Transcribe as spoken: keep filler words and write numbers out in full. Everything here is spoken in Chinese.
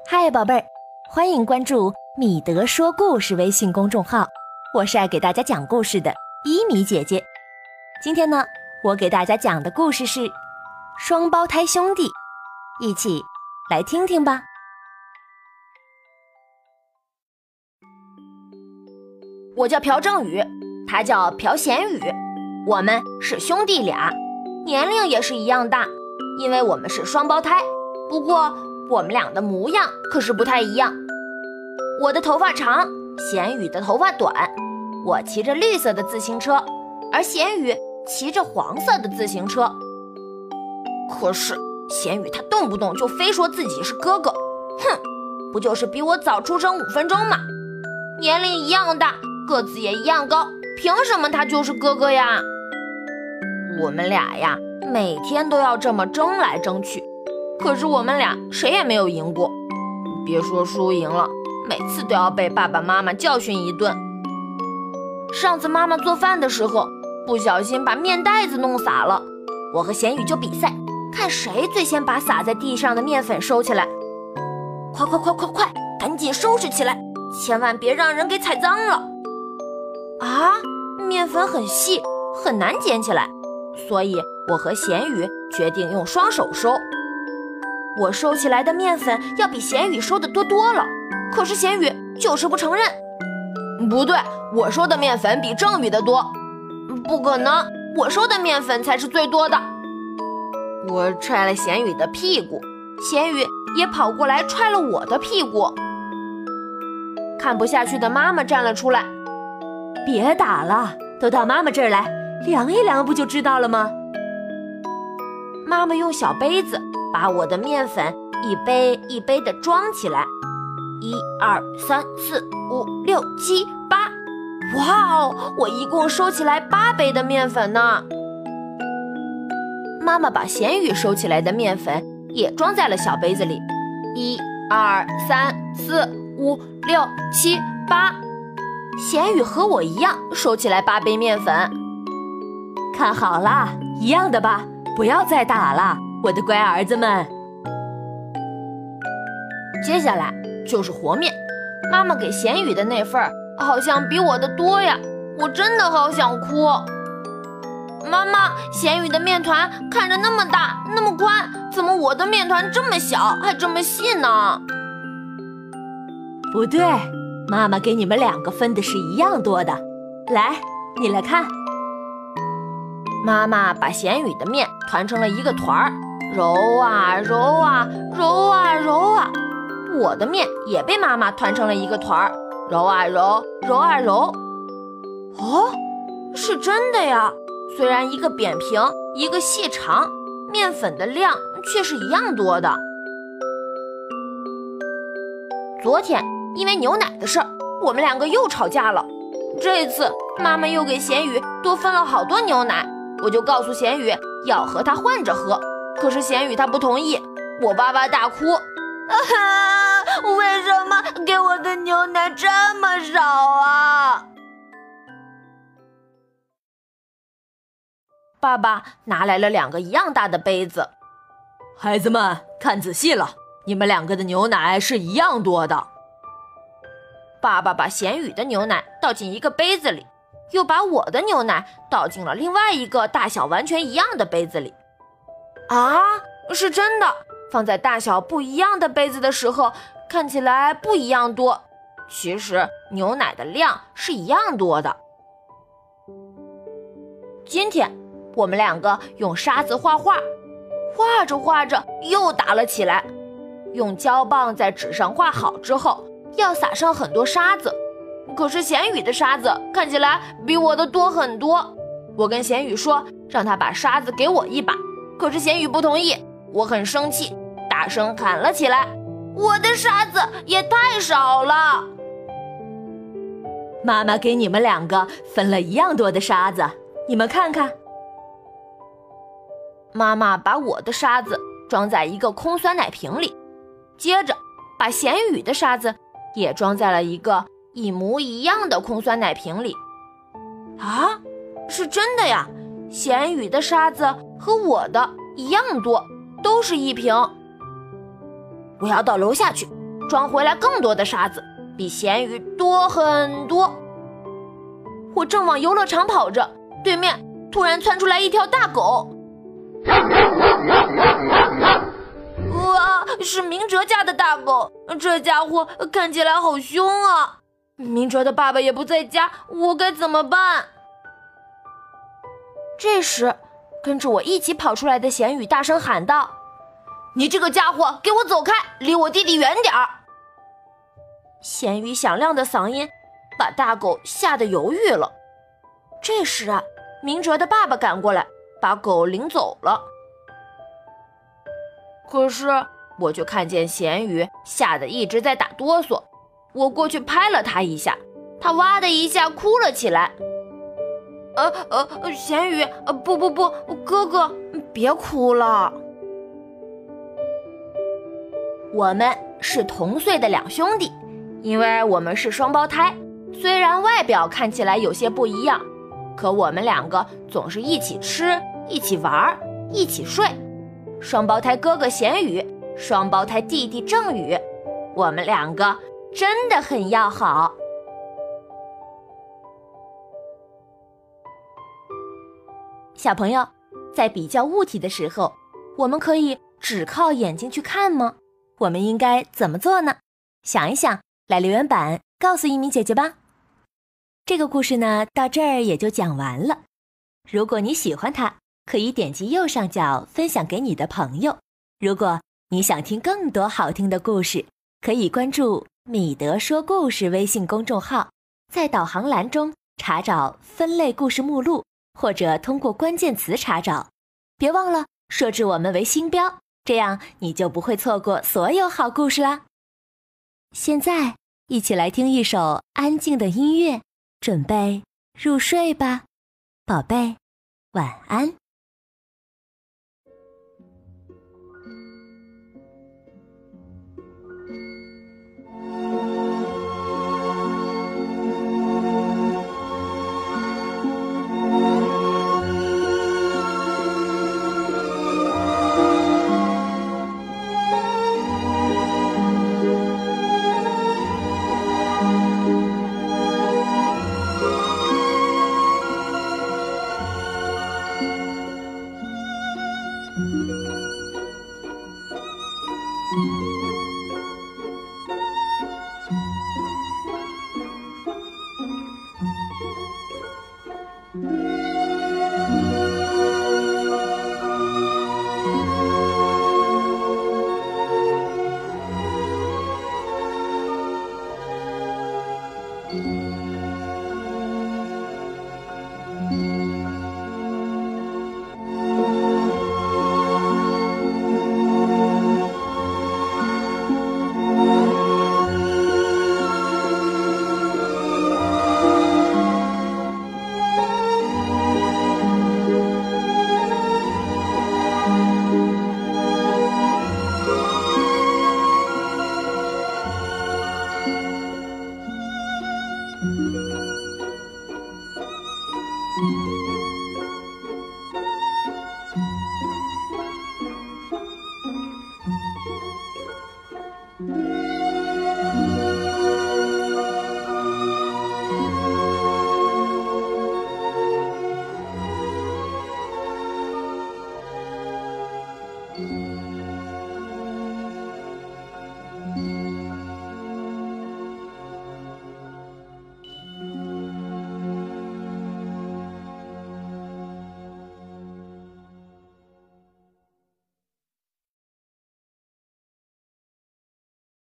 嗨，宝贝儿，欢迎关注米德说故事微信公众号，我是爱给大家讲故事的伊米姐姐。今天呢，我给大家讲的故事是双胞胎兄弟，一起来听听吧。 我叫朴正宇，他叫朴贤宇，我们是兄弟俩，年龄也是一样大，因为我们是双胞胎。不过我们俩的模样可是不太一样，我的头发长，贤宇的头发短。我骑着绿色的自行车，而贤宇骑着黄色的自行车。可是贤宇他动不动就非说自己是哥哥，哼，不就是比我早出生五分钟吗？年龄一样大，个子也一样高，凭什么他就是哥哥呀？我们俩呀，每天都要这么争来争去，可是我们俩谁也没有赢过，别说输赢了，每次都要被爸爸妈妈教训一顿。上次妈妈做饭的时候，不小心把面袋子弄洒了，我和贤宇就比赛，看谁最先把洒在地上的面粉收起来。快快快快快，赶紧收拾起来，千万别让人给踩脏了。啊，面粉很细，很难捡起来，所以我和贤宇决定用双手收。我收起来的面粉要比贤宇收的多多了，可是贤宇就是不承认。不对，我收的面粉比正宇的多。不可能，我收的面粉才是最多的。我踹了贤宇的屁股，贤宇也跑过来踹了我的屁股。看不下去的妈妈站了出来， 别打了，都到妈妈这儿来，量一量不就知道了吗？ 妈妈用小杯子把我的面粉一杯一杯地装起来，一二三四五六七八，哇哦，我一共收起来八杯的面粉呢。妈妈把贤宇收起来的面粉也装在了小杯子里，一二三四五六七八，贤宇和我一样收起来八杯面粉。 看好了，一样的吧，不要再打了，我的乖儿子们。 接下来就是和面，妈妈给贤宇的那份好像比我的多呀，我真的好想哭。妈妈，贤宇的面团看着那么大那么宽，怎么我的面团这么小还这么细呢？ 不对，妈妈给你们两个分的是一样多的，来，你来看。妈妈把贤宇的面团成了一个团儿，揉啊揉啊揉啊揉啊，我的面也被妈妈团成了一个团儿，揉啊揉揉啊揉。哦，是真的呀，虽然一个扁平一个细长，面粉的量却是一样多的。昨天因为牛奶的事儿，我们两个又吵架了，这次妈妈又给贤宇多分了好多牛奶，我就告诉贤宇要和他换着喝，可是贤宇他不同意，我哇哇大哭。啊，为什么给我的牛奶这么少啊？爸爸拿来了两个一样大的杯子。 孩子们，看仔细了，你们两个的牛奶是一样多的。 爸爸把贤宇的牛奶倒进一个杯子里，又把我的牛奶倒进了另外一个大小完全一样的杯子里。啊，是真的，放在大小不一样的杯子的时候，看起来不一样多，其实牛奶的量是一样多的。今天我们两个用沙子画画，画着画着又打了起来。用胶棒在纸上画好之后，要撒上很多沙子，可是贤宇的沙子看起来比我的多很多。我跟贤宇说让他把沙子给我一把，可是贤宇不同意，我很生气，大声喊了起来，我的沙子也太少了。 妈妈给你们两个分了一样多的沙子，你们看看。 妈妈把我的沙子装在一个空酸奶瓶里，接着把贤宇的沙子也装在了一个一模一样的空酸奶瓶里。啊，是真的呀，贤宇的沙子和我的一样多，都是一瓶。我要到楼下去装回来更多的沙子，比咸鱼多很多。我正往游乐场跑着，对面突然窜出来一条大狗。哇，是明哲家的大狗，这家伙看起来好凶啊！明哲的爸爸也不在家，我该怎么办？这时，跟着我一起跑出来的咸鱼大声喊道：“你这个家伙，给我走开，离我弟弟远点儿！”咸鱼响亮的嗓音把大狗吓得犹豫了。这时啊，明哲的爸爸赶过来，把狗领走了。可是我却看见咸鱼吓得一直在打哆嗦，我过去拍了他一下，他哇的一下哭了起来。呃呃，咸鱼，呃不不不，哥哥，别哭了。我们是同岁的两兄弟，因为我们是双胞胎，虽然外表看起来有些不一样，可我们两个总是一起吃，一起玩，一起睡。双胞胎哥哥咸鱼，双胞胎弟弟正宇，我们两个真的很要好。小朋友，在比较物体的时候，我们可以只靠眼睛去看吗？我们应该怎么做呢？想一想，来留言板告诉一鸣姐姐吧。这个故事呢，到这儿也就讲完了。如果你喜欢它，可以点击右上角分享给你的朋友。如果你想听更多好听的故事，可以关注米德说故事微信公众号，在导航栏中查找分类故事目录，或者通过关键词查找。别忘了设置我们为星标，这样你就不会错过所有好故事啦。现在一起来听一首安静的音乐，准备入睡吧，宝贝，晚安。 嗯。